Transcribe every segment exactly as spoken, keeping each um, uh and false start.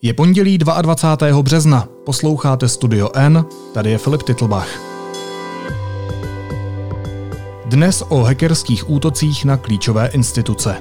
Je pondělí dvacátého druhého března, posloucháte Studio N, tady je Filip Titlbach. Dnes o hackerských útocích na klíčové instituce.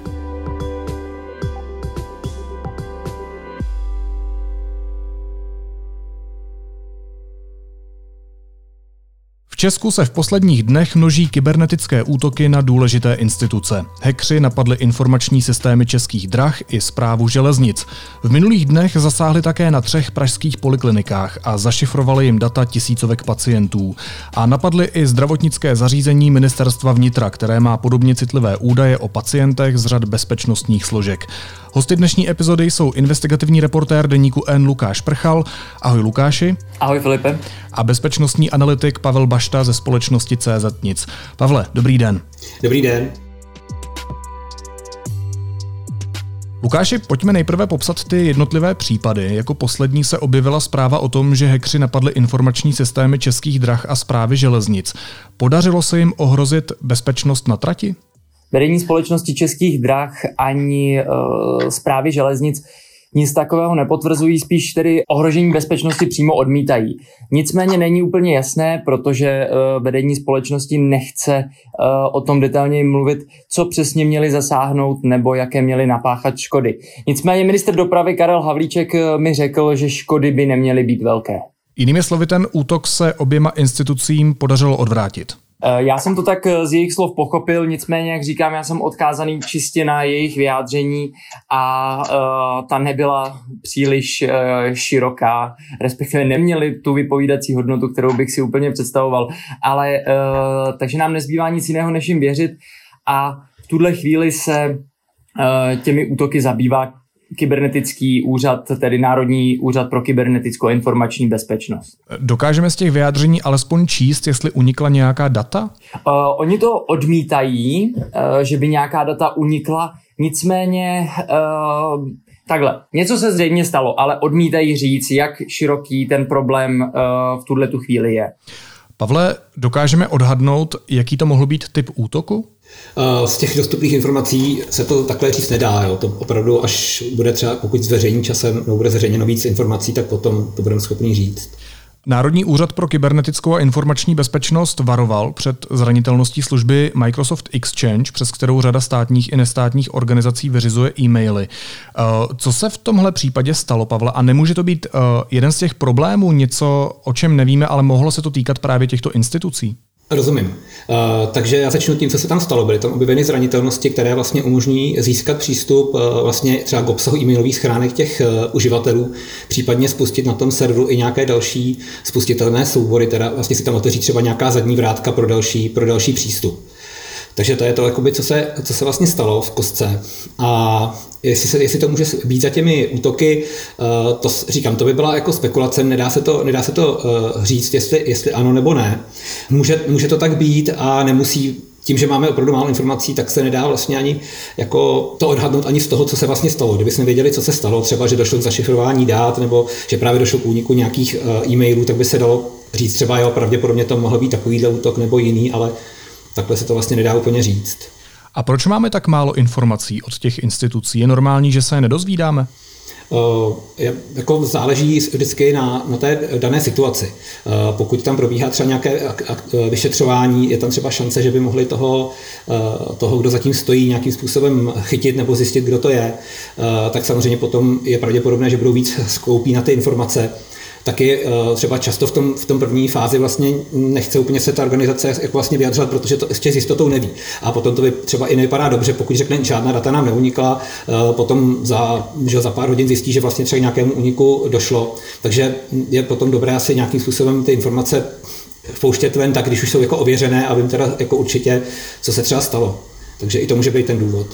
V Česku se v posledních dnech množí kybernetické útoky na důležité instituce. Hackři napadli informační systémy Českých drah i Správu železnic. V minulých dnech zasáhli také na třech pražských poliklinikách a zašifrovali jim data tisícovek pacientů. A napadli i zdravotnické zařízení Ministerstva vnitra, které má podobně citlivé údaje o pacientech z řad bezpečnostních složek. Hosty dnešní epizody jsou investigativní reportér deníku N Lukáš Prchal. Ahoj Lukáši. Ahoj Filipe. A bezpečnostní analytik Pavel Bašta ze společnosti C Z Nic. Pavle, dobrý den. Dobrý den. Lukáši, pojďme nejprve popsat ty jednotlivé případy. Jako poslední se objevila zpráva o tom, že hackři napadli informační systémy Českých drah a Správy železnic. Podařilo se jim ohrozit bezpečnost na trati? Vedení společnosti Českých drah ani e, Správy železnic nic takového nepotvrzují, spíš tedy ohrožení bezpečnosti přímo odmítají. Nicméně není úplně jasné, protože e, vedení společnosti nechce e, o tom detailně mluvit, co přesně měli zasáhnout nebo jaké měli napáchat škody. Nicméně ministr dopravy Karel Havlíček mi řekl, že škody by neměly být velké. Jinými slovy, ten útok se oběma institucím podařilo odvrátit. Já jsem to tak z jejich slov pochopil, nicméně, jak říkám, já jsem odkázaný čistě na jejich vyjádření a uh, ta nebyla příliš uh, široká, respektive neměli tu vypovídací hodnotu, kterou bych si úplně představoval, ale uh, takže nám nezbývá nic jiného, než jim věřit a v tuhle chvíli se uh, těmi útoky zabývá kybernetický úřad, tedy Národní úřad pro kybernetickou informační bezpečnost. Dokážeme z těch vyjádření alespoň číst, jestli unikla nějaká data? Uh, oni to odmítají, uh, že by nějaká data unikla, nicméně uh, takhle, něco se zřejmě stalo, ale odmítají říct, jak široký ten problém uh, v tuhletu chvíli je. Pavle, dokážeme odhadnout, jaký to mohl být typ útoku? Z těch dostupných informací se to takhle říct nedá. Jo. To opravdu, až bude třeba, pokud zveřejní časem, nebo bude zveřejněno víc informací, tak potom to budeme schopni říct. Národní úřad pro kybernetickou a informační bezpečnost varoval před zranitelností služby Microsoft Exchange, přes kterou řada státních i nestátních organizací vyřizuje e-maily. Co se v tomhle případě stalo, Pavle? A nemůže to být jeden z těch problémů, něco, o čem nevíme, ale mohlo se to týkat právě těchto institucí? Rozumím. Uh, takže já začnu tím, co se tam stalo. Byly tam objeveny zranitelnosti, které vlastně umožní získat přístup uh, vlastně třeba k obsahu e-mailových schránek těch uh, uživatelů, případně spustit na tom serveru i nějaké další spustitelné soubory, teda vlastně si tam otevřít třeba nějaká zadní vrátka pro další, pro další přístup. Takže to je to, jakoby, co, se, co se vlastně stalo v kostce. A jestli, se, jestli to může být za těmi útoky, to říkám, to by byla jako spekulace, nedá se to, nedá se to říct, jestli, jestli ano nebo ne. Může, může to tak být a nemusí, tím, že máme opravdu málo informací, tak se nedá vlastně ani jako to odhadnout ani z toho, co se vlastně stalo. Kdybychom věděli, co se stalo, třeba, že došlo k zašifrování dát nebo že právě došlo k úniku nějakých e-mailů, tak by se dalo říct třeba, jo, pravděpodobně to mohl být takovýhle útok nebo jiný, ale takhle se to vlastně nedá úplně říct. A proč máme tak málo informací od těch institucí? Je normální, že se je nedozvídáme? Uh, je, jako záleží vždycky na, na té dané situaci. Uh, pokud tam probíhá třeba nějaké ak, ak, vyšetřování, je tam třeba šance, že by mohli toho, uh, toho, kdo zatím stojí, nějakým způsobem chytit nebo zjistit, kdo to je, uh, tak samozřejmě potom je pravděpodobné, že budou víc skoupí na ty informace. Taky třeba často v tom, v tom první fázi vlastně nechce úplně se ta organizace jako vlastně vyjadřovat, protože to ještě s jistotou neví. A potom to by třeba i nevypadá dobře, pokud řekne, žádná data nám neunikla, potom za, že za pár hodin zjistí, že vlastně třeba nějakému úniku došlo. Takže je potom dobré asi nějakým způsobem ty informace vpouštět ven, tak když už jsou jako ověřené a vím teda jako určitě, co se třeba stalo. Takže i to může být ten důvod.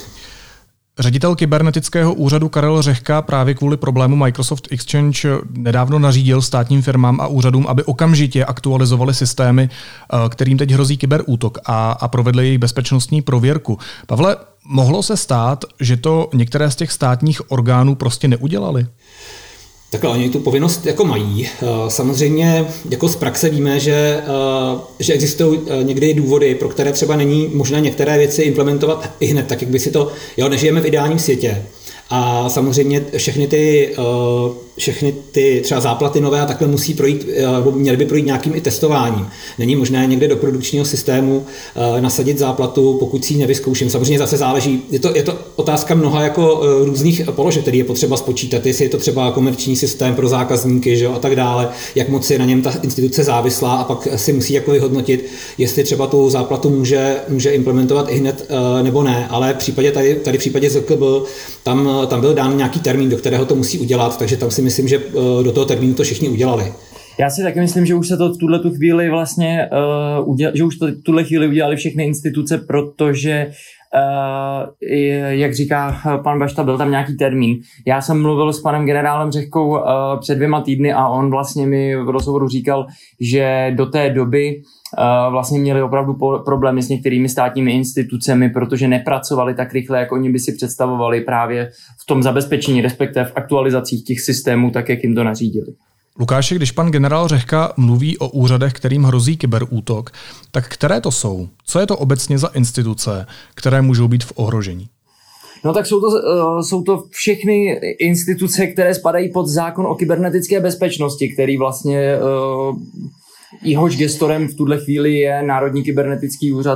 Ředitel kybernetického úřadu Karel Řehka právě kvůli problému Microsoft Exchange nedávno nařídil státním firmám a úřadům, aby okamžitě aktualizovali systémy, kterým teď hrozí kyberútok a, a provedli jejich bezpečnostní prověrku. Pavle, mohlo se stát, že to některé z těch státních orgánů prostě neudělali? Takhle, oni tu povinnost jako mají. Samozřejmě jako z praxe víme, že, že existují někdy důvody, pro které třeba není možné některé věci implementovat i hned, tak jak by si to, jo, nežijeme v ideálním světě. A samozřejmě všechny ty, všechny ty třeba záplaty nové a takhle musí projít, nebo měly by projít nějakým i testováním. Není možné někde do produkčního systému nasadit záplatu, pokud si ji nevyzkouším. Samozřejmě zase záleží, je to, je to otázka mnoha jako různých položek, který je potřeba spočítat, jestli je to třeba komerční systém pro zákazníky, že jo, a tak dále, jak moc je na něm ta instituce závislá a pak si musí jako vyhodnotit, jestli třeba tu záplatu může, může implementovat i hned nebo ne, ale v případě tady, tady v případě Z K B tam, tam byl dán nějaký termín, do kterého to musí udělat, takže tam si myslím, že do toho termínu to všichni udělali. Já si taky myslím, že už se to v tuhle tu chvíli vlastně uh, udělali, že už to v tuhle chvíli udělali všechny instituce, protože uh, jak říká pan Bašta, byl tam nějaký termín. Já jsem mluvil s panem generálem Řehkou uh, před dvěma týdny a on vlastně mi v rozhovoru říkal, že do té doby Uh, vlastně měli opravdu po- problémy s některými státními institucemi, protože nepracovali tak rychle, jak oni by si představovali právě v tom zabezpečení, respektive v aktualizacích těch systémů, tak jak jim to nařídili. Lukáši, když pan generál Řehka mluví o úřadech, kterým hrozí kyberútok, tak které to jsou? Co je to obecně za instituce, které můžou být v ohrožení? No tak jsou to, uh, jsou to všechny instituce, které spadají pod zákon o kybernetické bezpečnosti, který vlastně uh, jehož gestorem v tuhle chvíli je Národní kybernetický úřad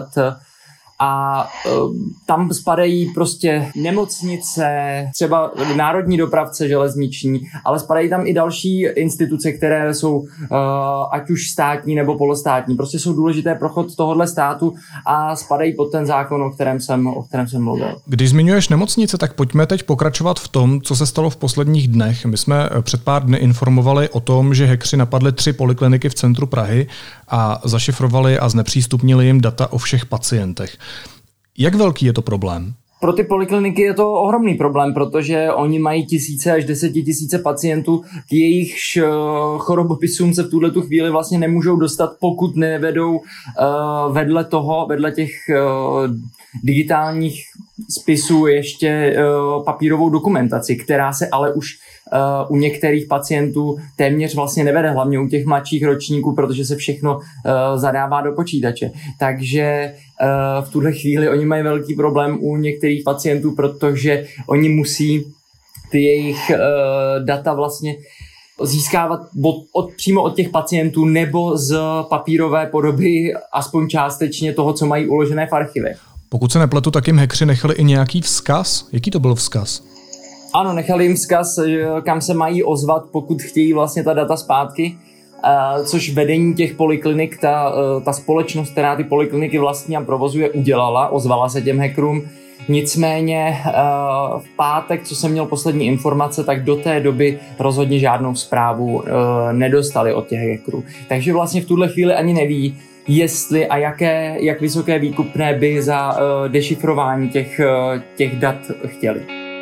a uh, tam spadají prostě nemocnice, třeba národní dopravce železniční, ale spadají tam i další instituce, které jsou uh, ať už státní nebo polostátní. Prostě jsou důležité pro chod tohohle státu a spadají pod ten zákon, o kterém jsem, o kterém jsem mluvil. Když zmiňuješ nemocnice, tak pojďme teď pokračovat v tom, co se stalo v posledních dnech. My jsme před pár dny informovali o tom, že hackři napadli tři polikliniky v centru Prahy a zašifrovali a znepřístupnili jim data o všech pacientech. Jak velký je to problém? Pro ty polikliniky je to ohromný problém, protože oni mají tisíce až desetitisíce pacientů, k jejichž chorobopisům se v tuhletu chvíli vlastně nemůžou dostat, pokud nevedou uh, vedle toho, vedle těch uh, digitálních spisů ještě uh, papírovou dokumentaci, která se ale už Uh, u některých pacientů téměř vlastně nevede, hlavně u těch mladších ročníků, protože se všechno uh, zadává do počítače. Takže uh, v tuhle chvíli oni mají velký problém u některých pacientů, protože oni musí ty jejich uh, data vlastně získávat od, od, přímo od těch pacientů nebo z papírové podoby, aspoň částečně toho, co mají uložené v archivech. Pokud se nepletu, tak jim hackři nechali i nějaký vzkaz. Jaký to byl vzkaz? Ano, nechali jim vzkaz, kam se mají ozvat, pokud chtějí vlastně ta data zpátky, což vedení těch poliklinik, ta, ta společnost, která ty polikliniky vlastní a provozuje, udělala, ozvala se těm hackerům. Nicméně v pátek, co jsem měl poslední informace, tak do té doby rozhodně žádnou zprávu nedostali od těch hackerů. Takže vlastně v tuhle chvíli ani neví, jestli a jaké, jak vysoké výkupné by za dešifrování těch, těch dat chtěli.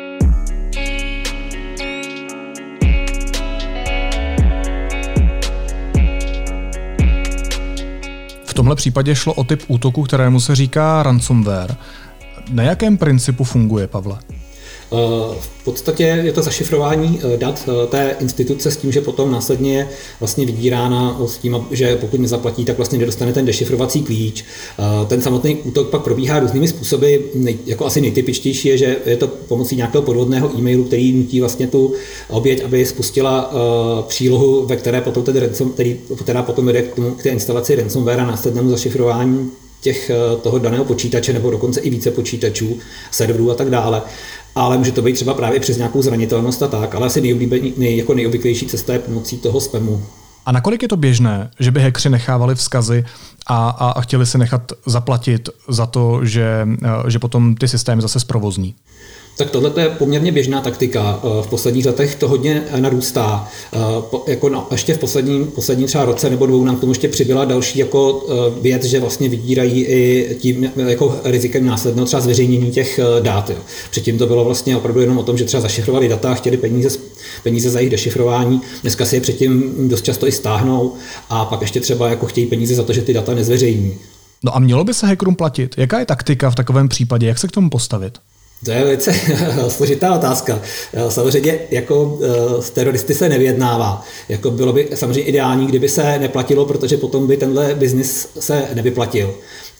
V tomhle případě šlo o typ útoku, kterému se říká ransomware. Na jakém principu funguje, Pavle? V podstatě je to zašifrování dat té instituce s tím, že potom následně je vlastně vydírána s tím, že pokud nezaplatí, tak vlastně nedostane ten dešifrovací klíč. Ten samotný útok pak probíhá různými způsoby. Jako asi nejtypičtější je, že je to pomocí nějakého podvodného e-mailu, který nutí vlastně tu oběť, aby spustila přílohu, ve které potom ten ransom, který, která potom vede k, tomu, k té instalaci ransomware a následnému zašifrování těch, toho daného počítače nebo dokonce i více počítačů, serverů a tak dále. Ale může to být třeba právě přes nějakou zranitelnost a tak, ale asi nejoblíbený, nej, jako nejobvyklejší cesta je pomocí toho spamu. A nakolik je to běžné, že by hackři nechávali vzkazy a, a, a chtěli si nechat zaplatit za to, že, že potom ty systémy zase zprovozní? Tak tohle je poměrně běžná taktika. V posledních letech to hodně narůstá. Jako no, ještě v posledním, posledním třeba roce nebo dvou nám k tomu ještě přibyla další jako věc, že vlastně vydírají i tím jako rizikem následného třeba zveřejnění těch dat. Jo. Předtím to bylo vlastně opravdu jenom o tom, že třeba zašifrovali data a chtěli peníze, peníze za jejich dešifrování. Dneska si je předtím dost často i stáhnou a pak ještě třeba jako chtějí peníze za to, že ty data nezveřejní. No a mělo by se hackerům platit? Jaká je taktika v takovém případě? Jak se k tomu postavit? To je velice složitá otázka. Samozřejmě jako s teroristy se nevyjednává. Jako bylo by samozřejmě ideální, kdyby se neplatilo, protože potom by tenhle biznis se nevyplatil.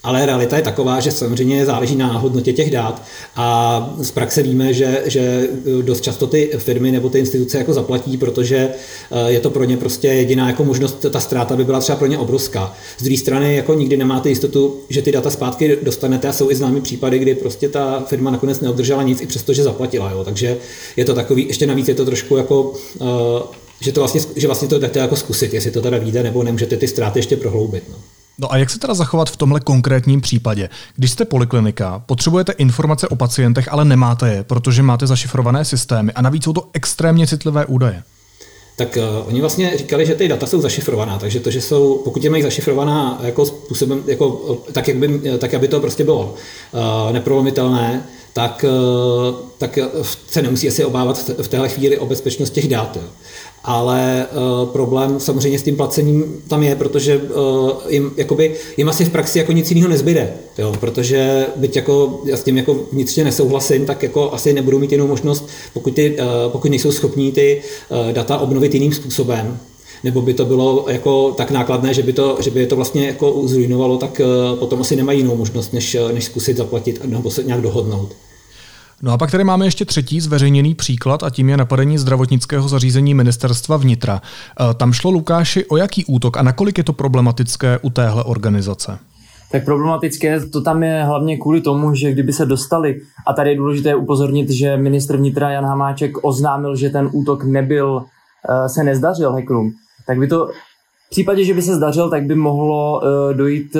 ale realita je taková, že samozřejmě záleží na hodnotě těch dat a z praxe víme, že, že dost často ty firmy nebo ty instituce jako zaplatí, protože je to pro ně prostě jediná jako možnost, ta ztráta by byla třeba pro ně obrovská. Z druhé strany jako nikdy nemáte jistotu, že ty data zpátky dostanete a jsou i známý případy, kdy prostě ta firma nakonec neobdržela nic i přesto, že zaplatila. Jo. Takže je to takový, ještě navíc je to trošku jako, že, to vlastně, že vlastně to jdete jako zkusit, jestli to teda vyjde, nebo nemůžete ty ztráty ještě prohloubit. No. No a jak se teda zachovat v tomhle konkrétním případě? Když jste poliklinika, potřebujete informace o pacientech, ale nemáte je, protože máte zašifrované systémy a navíc jsou to extrémně citlivé údaje. Tak uh, oni vlastně říkali, že ty data jsou zašifrovaná, takže to, že jsou, pokud je mají zašifrovaná jako způsobem, jako, tak, jak by, tak, aby to prostě bylo uh, neprolomitelné, tak, uh, tak se nemusí asi obávat v téhle chvíli o bezpečnost těch dat. Ale uh, problém samozřejmě s tím placením tam je, protože uh, jim, jakoby, jim asi v praxi jako nic jiného nezbyde, jo, protože byť jako, já s tím jako vnitřně nesouhlasím, tak jako asi nebudou mít jinou možnost, pokud, ty, uh, pokud nejsou schopní ty uh, data obnovit jiným způsobem, nebo by to bylo jako tak nákladné, že by to, že by je to vlastně jako zrujnovalo, tak uh, potom asi nemají jinou možnost, než, než zkusit zaplatit nebo se nějak dohodnout. No a pak tady máme ještě třetí zveřejněný příklad a tím je napadení zdravotnického zařízení Ministerstva vnitra. Tam šlo, Lukáši, o jaký útok a nakolik je to problematické u téhle organizace? Tak problematické to tam je hlavně kvůli tomu, že kdyby se dostali, a tady je důležité upozornit, že ministr vnitra Jan Hamáček oznámil, že ten útok nebyl, se nezdařil hackerům, tak by to v případě, že by se zdařil, tak by mohlo dojít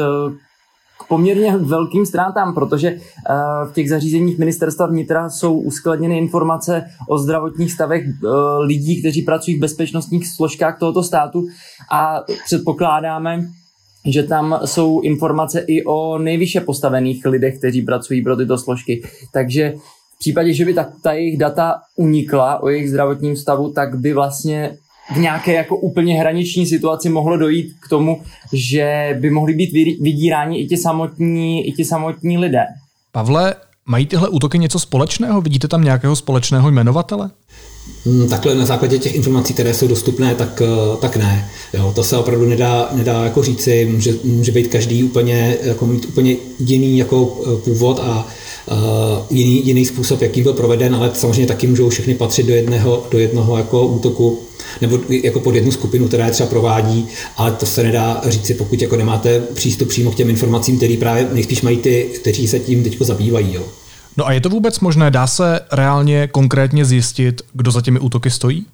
k poměrně velkým ztrátám, protože v těch zařízeních Ministerstva vnitra jsou uskladněny informace o zdravotních stavech lidí, kteří pracují v bezpečnostních složkách tohoto státu a předpokládáme, že tam jsou informace i o nejvyšše postavených lidech, kteří pracují pro tyto složky. Takže v případě, že by ta, ta jejich data unikla o jejich zdravotním stavu, tak by vlastně v nějaké jako úplně hraniční situaci mohlo dojít k tomu, že by mohli být vydíráni i ti samotní, i ti samotní lidé. Pavle, mají tyhle útoky něco společného? Vidíte tam nějakého společného jmenovatele? Takhle na základě těch informací, které jsou dostupné, tak, tak ne. Jo, to se opravdu nedá, nedá jako říci, může, může být každý úplně, jako mít úplně jiný jako původ a uh, jiný, jiný způsob, jaký byl proveden, ale samozřejmě taky můžou všechny patřit do jednoho, do jednoho jako útoku nebo jako pod jednu skupinu, která je třeba provádí, ale to se nedá říci, pokud jako nemáte přístup přímo k těm informacím, který právě nejspíš mají ty, kteří se tím teď zabývají. Jo. No a je to vůbec možné? Dá se reálně konkrétně zjistit, kdo za těmi útoky stojí?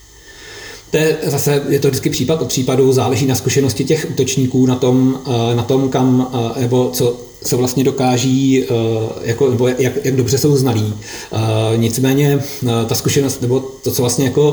To je, zase je to vždycky případ od případu, záleží na zkušenosti těch útočníků, na tom, na tom kam, nebo co, co vlastně dokáží, jako, nebo jak, jak dobře jsou znalí. Nicméně ta zkušenost, nebo to, co vlastně jako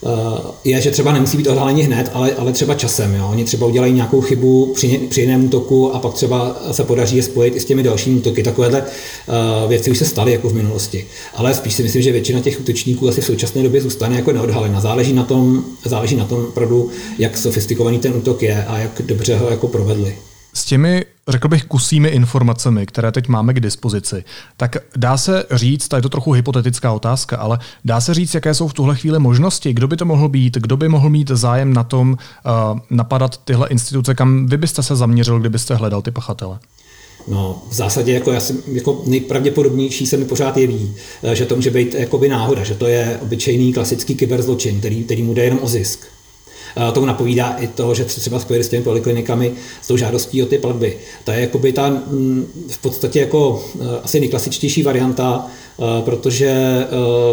je, že třeba nemusí být odhaleni hned, ale, ale třeba časem. Jo. Oni třeba udělají nějakou chybu při, při jiném útoku a pak třeba se podaří je spojit i s těmi dalšími útoky. Takovéhle uh, věci už se staly jako v minulosti. Ale spíš si myslím, že většina těch útočníků asi v současné době zůstane jako neodhalena. Záleží na tom, záleží na tom opravdu, jak sofistikovaný ten útok je a jak dobře ho jako provedli. S těmi, řekl bych, kusými informacemi, které teď máme k dispozici, tak dá se říct, a je to trochu hypotetická otázka, ale dá se říct, jaké jsou v tuhle chvíli možnosti, kdo by to mohl být, kdo by mohl mít zájem na tom uh, napadat tyhle instituce, kam vy byste se zaměřil, kdybyste hledal ty pachatele? No, v zásadě jako, já jsem, jako nejpravděpodobnější se mi pořád jeví, že to může být jakoby náhoda, že to je obyčejný klasický kyberzločin, který, který mu jde jenom o zisk. Tomu napovídá i to, že třeba spojili s těmi poliklinikami s tou žádostí o ty platby. To je jakoby ta v podstatě jako asi nejklasičtější varianta, protože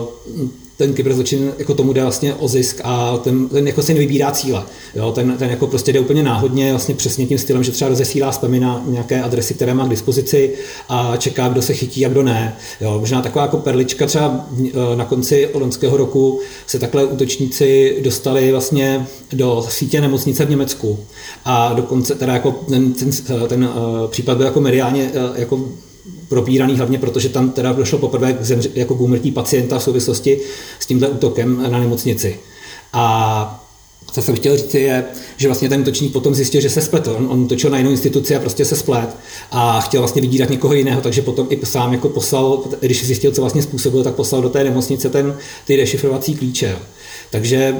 ten kyberzločin jako tomu jde vlastně o zisk a ten, ten jako si nevybírá cíle. Jo, ten, ten jako prostě jde úplně náhodně, vlastně přesně tím stylem, že třeba rozesílá spamy na nějaké adresy, které má k dispozici a čeká, kdo se chytí a kdo ne. Jo, možná taková jako perlička třeba na konci loňského roku se takhle útočníci dostali vlastně do sítě nemocnice v Německu a dokonce teda jako ten, ten, ten případ byl jako mediálně jako propíraný hlavně, protože tam teda došlo poprvé k, zemři, jako k úmrtí pacienta v souvislosti s tímhle útokem na nemocnici. A Co jsem chtěl říct je, že vlastně ten útočník potom zjistil, že se spletl. On, on točil na jinou instituci a prostě se splet a chtěl vlastně vydírat někoho jiného, takže potom i sám jako poslal, když zjistil, co vlastně způsobil, tak poslal do té nemocnice ten, ty dešifrovací klíče. Takže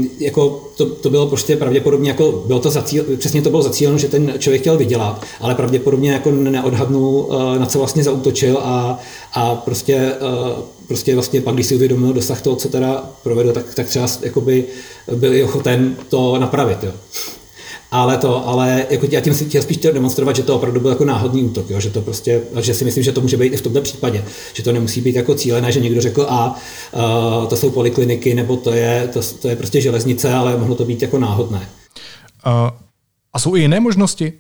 jako to, to bylo prostě pravděpodobně, jako bylo to zacíl, přesně to bylo zacíleno, že ten člověk chtěl vydělat, ale pravděpodobně jako neodhadnul, na co vlastně zaútočil a, a prostě, prostě vlastně pak, když si uvědomil dosah toho, co teda provedl, tak, tak třeba jakoby byl i ochoten to napravit. Jo. Ale to, ale jako já tím si chtěl spíš demonstrovat, že to opravdu byl jako náhodný útok, jo, že to prostě, že si myslím, že to může být i v tomto případě, že to nemusí být jako cílené, že někdo řekl a uh, to jsou polikliniky, nebo to je, to, to je prostě železnice, ale mohlo to být jako náhodné. Uh, a jsou i jiné možnosti?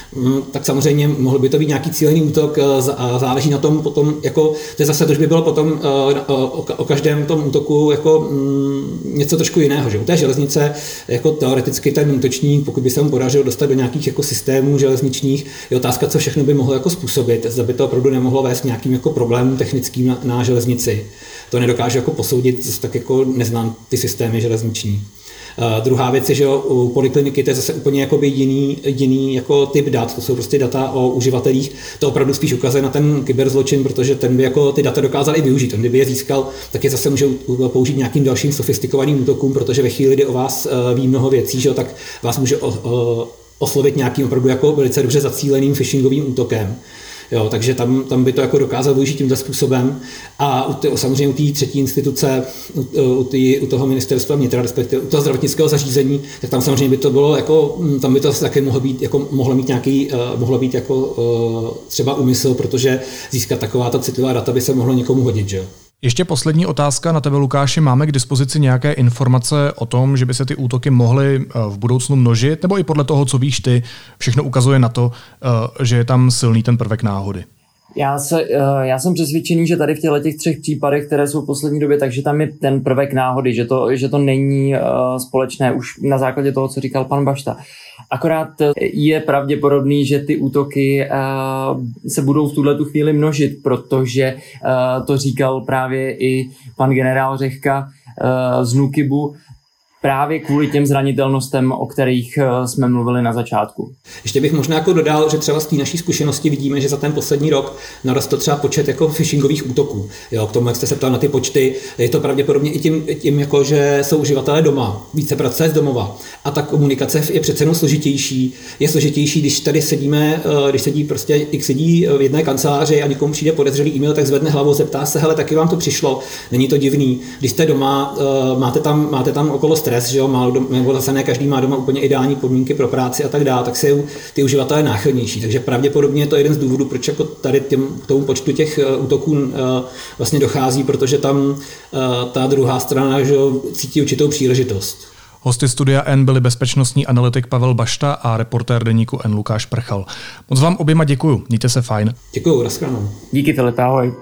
Tak samozřejmě mohl by to být nějaký cílený útok a záleží na tom potom, jako, to je zase, to už by bylo potom o, o každém tom útoku jako něco trošku jiného, že u té železnice jako teoreticky ten útočník, pokud by se mu podařilo dostat do nějakých jako systémů železničních, je otázka, co všechno by mohlo jako způsobit, zda by to opravdu nemohlo vést k nějakým jako problémům technickým na, na železnici. To nedokážu jako posoudit, tak jako neznám ty systémy železniční. Uh, druhá věc je, že u polikliniky to je zase úplně jakoby jiný, jiný jako typ dat, to jsou prostě data o uživatelích, to opravdu spíš ukazuje na ten kyberzločin, protože ten by jako ty data dokázal i využít, on kdyby je získal, tak je zase může použít nějakým dalším sofistikovaným útokům, protože ve chvíli, kdy o vás uh, ví mnoho věcí, že, tak vás může o, o, oslovit nějakým opravdu jako velice dobře zacíleným phishingovým útokem. Jo, takže tam, tam by to jako dokázal využít tímto způsobem. A u t- samozřejmě u té třetí instituce, u, u, tý, u toho ministerstva vnitra, respektive u toho zdravotnického zařízení, tak tam samozřejmě by to bylo jako, tam by to také mohlo být, jako, mohlo mít nějaký, uh, mohlo být jako uh, třeba úmysl, protože získat takováto citlivá data by se mohlo někomu hodit, že jo. Ještě poslední otázka na tebe, Lukáši. Máme k dispozici nějaké informace o tom, že by se ty útoky mohly v budoucnu množit, nebo i podle toho, co víš ty, všechno ukazuje na to, že je tam silný ten prvek náhody? Já, se, já jsem přesvědčený, že tady v těchto těch třech případech, které jsou v poslední době, takže tam je ten prvek náhody, že to, že to není společné už na základě toho, co říkal pan Bašta. Akorát je pravděpodobný, že ty útoky uh, se budou v tuhletu chvíli množit, protože uh, to říkal právě i pan generál Řehka uh, z Nukibu, právě kvůli těm zranitelnostem, o kterých jsme mluvili na začátku. Ještě bych možná jako dodal, že třeba z té naší zkušenosti vidíme, že za ten poslední rok narostl třeba počet jako phishingových útoků. Jo, k tomu, jak jste se ptal na ty počty, je to pravděpodobně i tím, tím jako, že jsou uživatelé doma, více pracuje z domova. A ta komunikace je přece jenom složitější. Je složitější, když tady sedíme, když sedí prostě x sedí v jedné kanceláři a někomu přijde podezřelý e-mail, tak zvedne hlavu, zeptá se, hele, taky vám to přišlo. Není to divný. Když jste doma, máte tam, máte tam okolo stres, že jo, málo doma, nebo zase ne každý má doma úplně ideální podmínky pro práci a tak dále, tak jsou ty uživatelé náchylnější. Takže pravděpodobně je to jeden z důvodů, proč jako tady těm, k tomu počtu těch uh, útoků uh, vlastně dochází, protože tam uh, ta druhá strana, že jo, cítí určitou příležitost. Hosty Studia N byli bezpečnostní analytik Pavel Bašta a reportér deníku N Lukáš Prchal. Moc vám oběma děkuju, mějte se fajn. Děkuju, nashledanou. Díky Filipe, ahoj.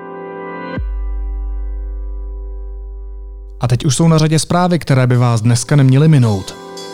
A teď už jsou na řadě zprávy, které by vás dneska neměly minout.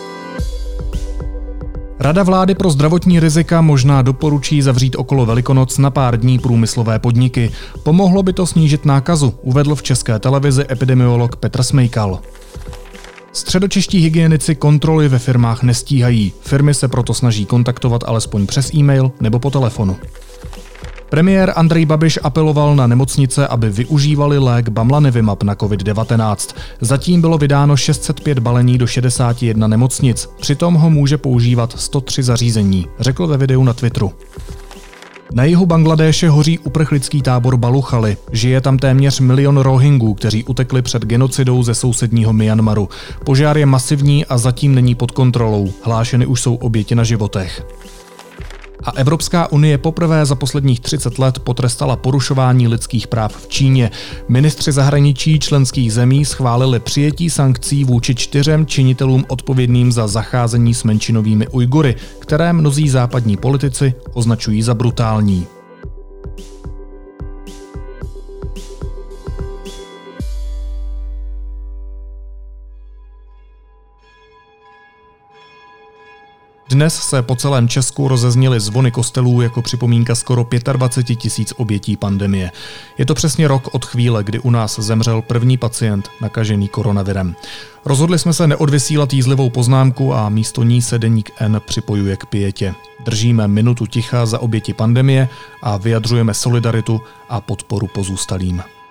Rada vlády pro zdravotní rizika možná doporučí zavřít okolo Velikonoc na pár dní průmyslové podniky. Pomohlo by to snížit nákazu, uvedl v České televizi epidemiolog Petr Smejkal. Středočeští hygienici kontroly ve firmách nestíhají. Firmy se proto snaží kontaktovat alespoň přes e-mail nebo po telefonu. Premiér Andrej Babiš apeloval na nemocnice, aby využívali lék Bamlanivimab na covid devatenáct. Zatím bylo vydáno šest set pět balení do šedesáti jednoho nemocnic. Přitom ho může používat sto tři zařízení, řekl ve videu na Twitteru. Na jihu Bangladéše hoří uprchlický tábor Baluchali. Žije tam téměř milion Rohingů, kteří utekli před genocidou ze sousedního Myanmaru. Požár je masivní a zatím není pod kontrolou. Hlášeny už jsou oběti na životech. A Evropská unie poprvé za posledních třicet let potrestala porušování lidských práv v Číně. Ministři zahraničí členských zemí schválili přijetí sankcí vůči čtyřem činitelům odpovědným za zacházení s menšinovými Ujgury, které mnozí západní politici označují za brutální. Dnes se po celém Česku rozezněly zvony kostelů jako připomínka skoro dvacet pět tisíc obětí pandemie. Je to přesně rok od chvíle, kdy u nás zemřel první pacient nakažený koronavirem. Rozhodli jsme se neodvysílat jízlivou poznámku a místo ní se Deník N připojuje k pietě. Držíme minutu ticha za oběti pandemie a vyjadřujeme solidaritu a podporu pozůstalým.